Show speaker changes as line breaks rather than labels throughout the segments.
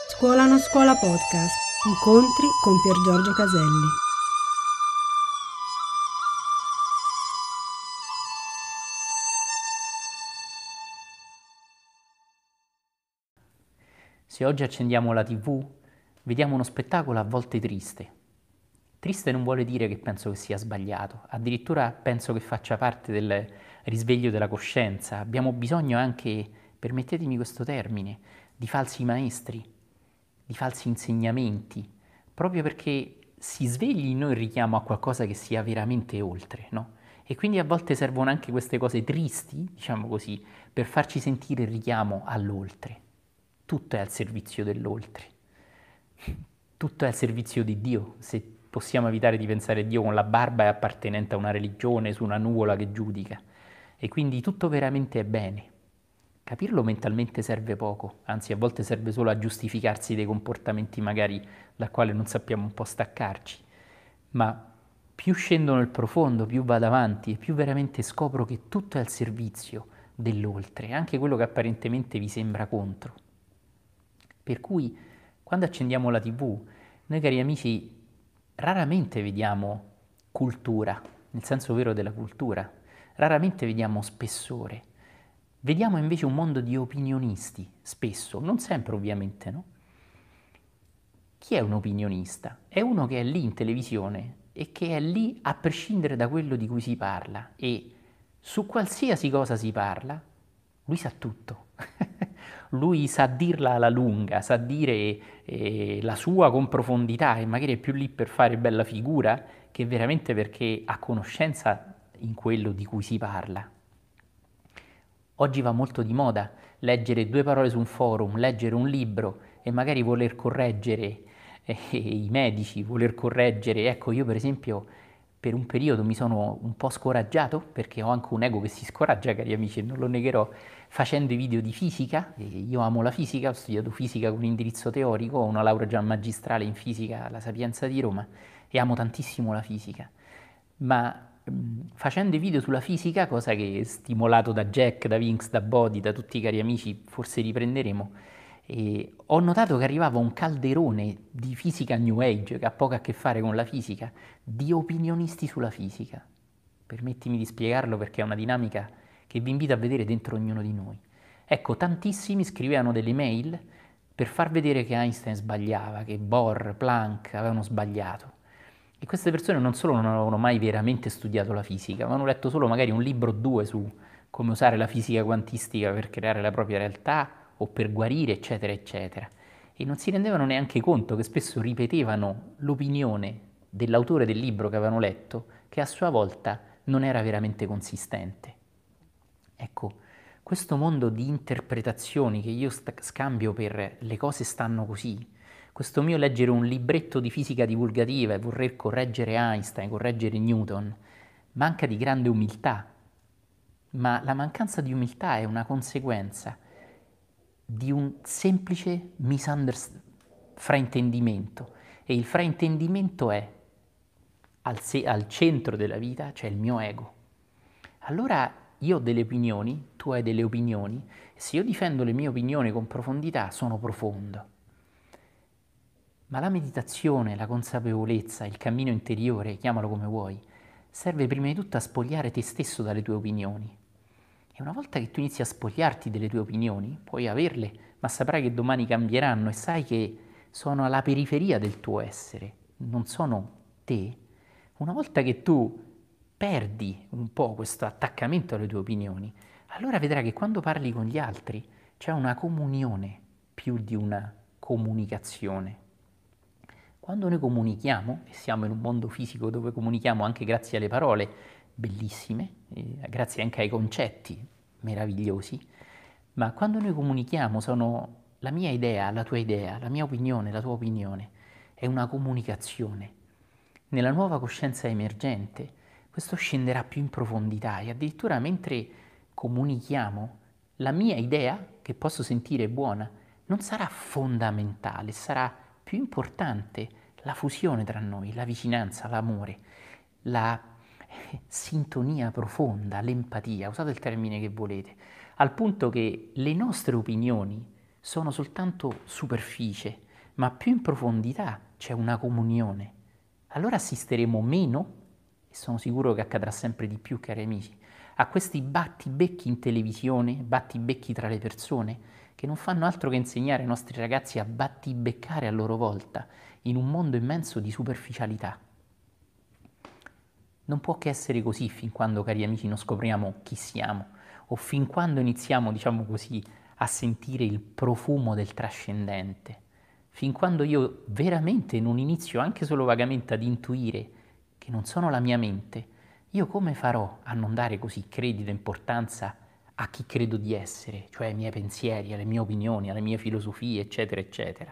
Scuola non scuola podcast. Incontri con Pier Giorgio Caselli.
Se oggi accendiamo la TV, vediamo uno spettacolo a volte triste. Triste non vuole dire che penso che sia sbagliato, addirittura penso che faccia parte del risveglio della coscienza. Abbiamo bisogno anche, permettetemi questo termine, di falsi maestri, di falsi insegnamenti, proprio perché si svegli in noi il richiamo a qualcosa che sia veramente oltre, no? E quindi a volte servono anche queste cose tristi, diciamo così, per farci sentire il richiamo all'oltre. Tutto è al servizio dell'oltre, tutto è al servizio di Dio. Se possiamo evitare di pensare a Dio con la barba è appartenente a una religione, su una nuvola che giudica. E quindi tutto veramente è bene. Capirlo mentalmente serve poco, anzi a volte serve solo a giustificarsi dei comportamenti magari da quale non sappiamo un po' staccarci. Ma più scendo nel profondo, più vado avanti e più veramente scopro che tutto è al servizio dell'oltre, anche quello che apparentemente vi sembra contro. Per cui quando accendiamo la TV, noi cari amici raramente vediamo cultura, nel senso vero della cultura, raramente vediamo spessore. Vediamo invece un mondo di opinionisti, spesso, non sempre ovviamente, no? Chi è un opinionista? È uno che è lì in televisione e che è lì a prescindere da quello di cui si parla e su qualsiasi cosa si parla, lui sa tutto. Lui sa dirla alla lunga, sa dire la sua con profondità e magari è più lì per fare bella figura che veramente perché ha conoscenza in quello di cui si parla. Oggi va molto di moda leggere due parole su un forum, leggere un libro e magari voler correggere i medici, voler correggere. Ecco, io per esempio per un periodo mi sono un po' scoraggiato, perché ho anche un ego che si scoraggia, cari amici, e non lo negherò, facendo i video di fisica. E io amo la fisica, ho studiato fisica con indirizzo teorico, ho una laurea già magistrale in fisica alla Sapienza di Roma e amo tantissimo la fisica. Ma facendo i video sulla fisica, cosa che stimolato da Jack, da Vinx, da Body, da tutti i cari amici, forse riprenderemo, ho notato che arrivava un calderone di fisica New Age, che ha poco a che fare con la fisica, di opinionisti sulla fisica. Permettimi di spiegarlo perché è una dinamica che vi invito a vedere dentro ognuno di noi. Ecco, tantissimi scrivevano delle mail per far vedere che Einstein sbagliava, che Bohr, Planck avevano sbagliato. E queste persone non solo non avevano mai veramente studiato la fisica, ma hanno letto solo magari un libro o due su come usare la fisica quantistica per creare la propria realtà o per guarire, eccetera, eccetera. E non si rendevano neanche conto che spesso ripetevano l'opinione dell'autore del libro che avevano letto, che a sua volta non era veramente consistente. Ecco, questo mondo di interpretazioni che io scambio per le cose stanno così, questo mio leggere un libretto di fisica divulgativa e voler correggere Einstein, correggere Newton, manca di grande umiltà, ma la mancanza di umiltà è una conseguenza di un semplice fraintendimento e il fraintendimento è al centro della vita c'è il mio ego. Allora io ho delle opinioni, tu hai delle opinioni, e se io difendo le mie opinioni con profondità sono profondo. Ma la meditazione, la consapevolezza, il cammino interiore, chiamalo come vuoi, serve prima di tutto a spogliare te stesso dalle tue opinioni. E una volta che tu inizi a spogliarti delle tue opinioni, puoi averle, ma saprai che domani cambieranno e sai che sono alla periferia del tuo essere, non sono te. Una volta che tu perdi un po' questo attaccamento alle tue opinioni, allora vedrai che quando parli con gli altri c'è una comunione più di una comunicazione. Quando noi comunichiamo, e siamo in un mondo fisico dove comunichiamo anche grazie alle parole bellissime, grazie anche ai concetti meravigliosi, ma quando noi comunichiamo sono la mia idea, la mia opinione, la tua opinione, è una comunicazione. Nella nuova coscienza emergente questo scenderà più in profondità e addirittura mentre comunichiamo, la mia idea, che posso sentire buona, non sarà fondamentale, sarà più importante la fusione tra noi, la vicinanza, l'amore, la sintonia profonda, l'empatia, usate il termine che volete, al punto che le nostre opinioni sono soltanto superficie, ma più in profondità c'è una comunione. Allora assisteremo meno, e sono sicuro che accadrà sempre di più, cari amici, a questi battibecchi in televisione, battibecchi tra le persone, che non fanno altro che insegnare ai nostri ragazzi a battibeccare a loro volta in un mondo immenso di superficialità. Non può che essere così fin quando, cari amici, non scopriamo chi siamo, o fin quando iniziamo, diciamo così, a sentire il profumo del trascendente, fin quando io veramente non inizio anche solo vagamente ad intuire che non sono la mia mente, io come farò a non dare così credito e importanza a chi credo di essere, cioè ai miei pensieri, alle mie opinioni, alle mie filosofie, eccetera, eccetera.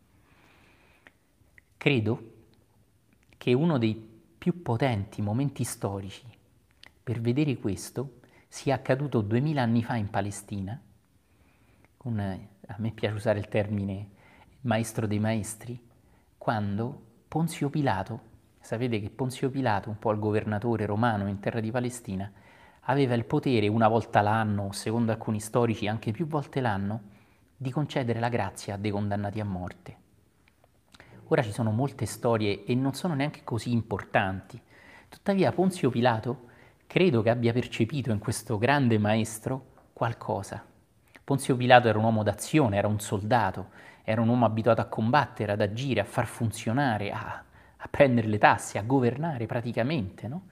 Credo che uno dei più potenti momenti storici per vedere questo sia accaduto 2000 anni fa in Palestina, con, a me piace usare il termine maestro dei maestri, quando Ponzio Pilato, sapete che Ponzio Pilato, un po' il governatore romano in terra di Palestina, aveva il potere una volta l'anno, secondo alcuni storici anche più volte l'anno, di concedere la grazia a dei condannati a morte. Ora ci sono molte storie e non sono neanche così importanti. Tuttavia Ponzio Pilato credo che abbia percepito in questo grande maestro qualcosa. Ponzio Pilato era un uomo d'azione, era un soldato, era un uomo abituato a combattere, ad agire, a far funzionare, a prendere le tasse, a governare praticamente, no?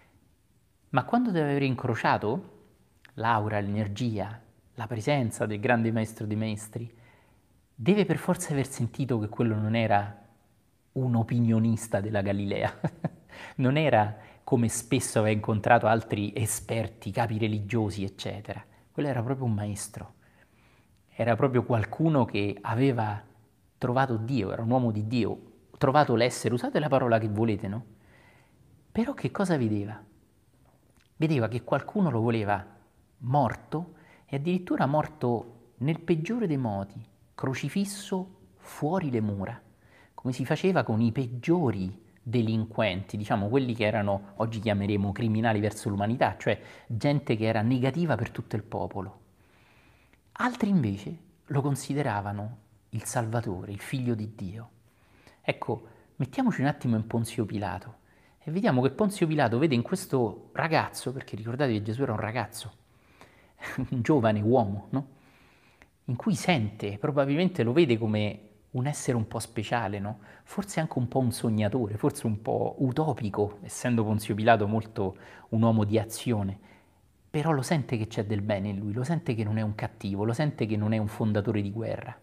Ma quando deve aver incrociato l'aura, l'energia, la presenza del grande maestro dei maestri, deve per forza aver sentito che quello non era un opinionista della Galilea, non era come spesso aveva incontrato altri esperti, capi religiosi, eccetera. Quello era proprio un maestro, era proprio qualcuno che aveva trovato Dio, era un uomo di Dio, trovato l'essere, usate la parola che volete, no? Però che cosa vedeva? Vedeva che qualcuno lo voleva morto e addirittura morto nel peggiore dei modi, crocifisso fuori le mura, come si faceva con i peggiori delinquenti, diciamo quelli che erano, oggi chiameremo criminali verso l'umanità, cioè gente che era negativa per tutto il popolo. Altri invece lo consideravano il Salvatore, il Figlio di Dio. Ecco, mettiamoci un attimo in Ponzio Pilato e vediamo che Ponzio Pilato vede in questo ragazzo, perché ricordate che Gesù era un ragazzo, un giovane uomo, no? In cui sente, probabilmente lo vede come un essere un po' speciale, no? Forse anche un po' un sognatore, forse un po' utopico, essendo Ponzio Pilato molto un uomo di azione, però lo sente che c'è del bene in lui, lo sente che non è un cattivo, lo sente che non è un fondatore di guerra.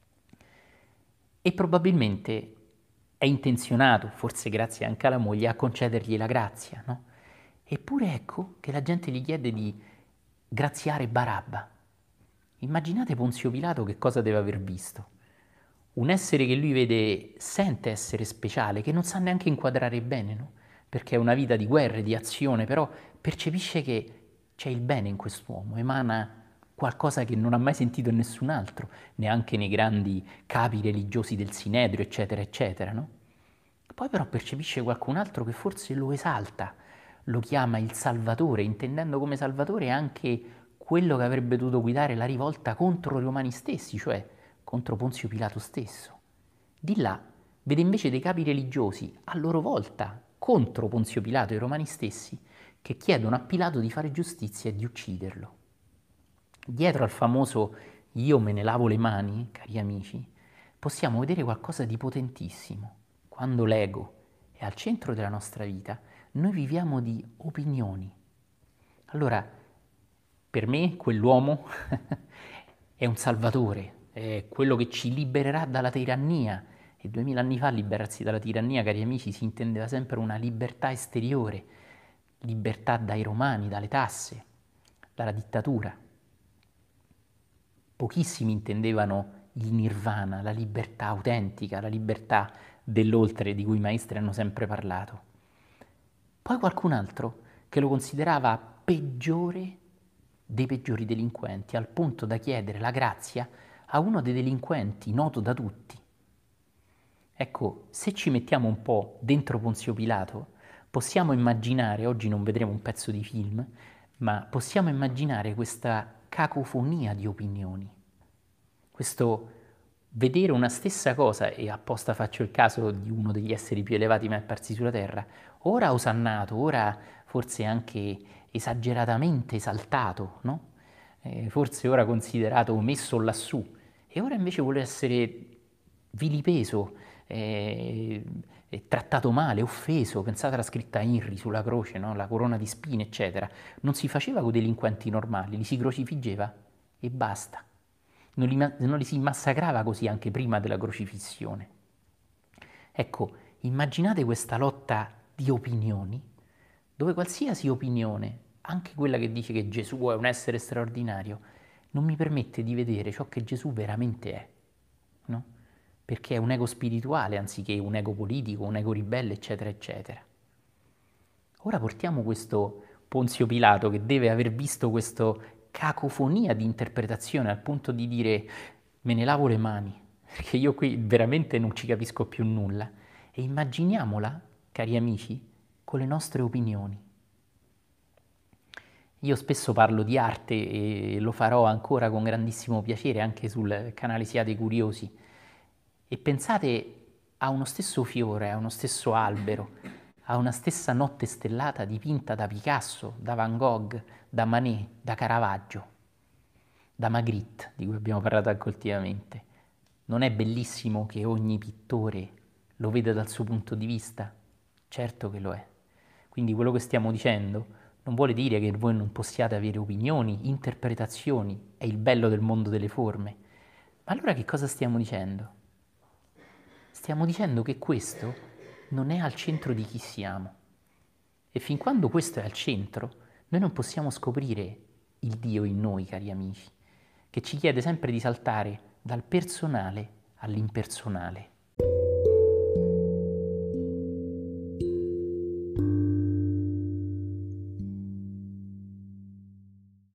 E probabilmente è intenzionato, forse grazie anche alla moglie, a concedergli la grazia, no? Eppure ecco che la gente gli chiede di graziare Barabba. Immaginate Ponzio Pilato che cosa deve aver visto. Un essere che lui vede, sente essere speciale, che non sa neanche inquadrare bene, no? Perché è una vita di guerra, di azione, però percepisce che c'è il bene in quest'uomo, emana qualcosa che non ha mai sentito in nessun altro, neanche nei grandi capi religiosi del Sinedrio, eccetera, eccetera, no? Poi però percepisce qualcun altro che forse lo esalta, lo chiama il Salvatore, intendendo come Salvatore anche quello che avrebbe dovuto guidare la rivolta contro i romani stessi, cioè contro Ponzio Pilato stesso. Di là vede invece dei capi religiosi, a loro volta, contro Ponzio Pilato e i romani stessi, che chiedono a Pilato di fare giustizia e di ucciderlo. Dietro al famoso io me ne lavo le mani, cari amici, possiamo vedere qualcosa di potentissimo. Quando l'ego è al centro della nostra vita, noi viviamo di opinioni. Allora, per me quell'uomo è un salvatore, è quello che ci libererà dalla tirannia. E 2000 anni fa liberarsi dalla tirannia, cari amici, si intendeva sempre una libertà esteriore, libertà dai romani, dalle tasse, dalla dittatura. Pochissimi intendevano il nirvana, la libertà autentica, la libertà dell'oltre di cui i maestri hanno sempre parlato. Poi qualcun altro che lo considerava peggiore dei peggiori delinquenti, al punto da chiedere la grazia a uno dei delinquenti, noto da tutti. Ecco, se ci mettiamo un po' dentro Ponzio Pilato, possiamo immaginare, oggi non vedremo un pezzo di film, ma possiamo immaginare questa cacofonia di opinioni. questo vedere una stessa cosa, e apposta faccio il caso di uno degli esseri più elevati mai apparsi sulla terra, ora osannato, ora forse anche esageratamente esaltato, no? Forse ora considerato messo lassù, e ora invece vuole essere vilipeso, trattato male, offeso. Pensate alla scritta INRI sulla croce, no? La corona di spine, eccetera. Non si faceva con i delinquenti normali, li si crocifiggeva e basta. Non li si massacrava così anche prima della crocifissione. Ecco, immaginate questa lotta di opinioni, dove qualsiasi opinione, anche quella che dice che Gesù è un essere straordinario, non mi permette di vedere ciò che Gesù veramente è, no? Perché è un ego spirituale anziché un ego politico, un ego ribelle, eccetera, eccetera. Ora portiamo questo Ponzio Pilato, che deve aver visto questa cacofonia di interpretazione al punto di dire me ne lavo le mani, perché io qui veramente non ci capisco più nulla. E immaginiamola, cari amici, con le nostre opinioni. Io spesso parlo di arte e lo farò ancora con grandissimo piacere anche sul canale Siate Curiosi. E pensate a uno stesso fiore, a uno stesso albero, a una stessa notte stellata dipinta da Picasso, da Van Gogh, da Manet, da Caravaggio, da Magritte, di cui abbiamo parlato anche ultimamente. Non è bellissimo che ogni pittore lo veda dal suo punto di vista? Certo che lo è. Quindi quello che stiamo dicendo non vuole dire che voi non possiate avere opinioni, interpretazioni, è il bello del mondo delle forme. Ma allora che cosa stiamo dicendo? Stiamo dicendo che questo non è al centro di chi siamo. E fin quando questo è al centro, noi non possiamo scoprire il Dio in noi, cari amici, che ci chiede sempre di saltare dal personale all'impersonale.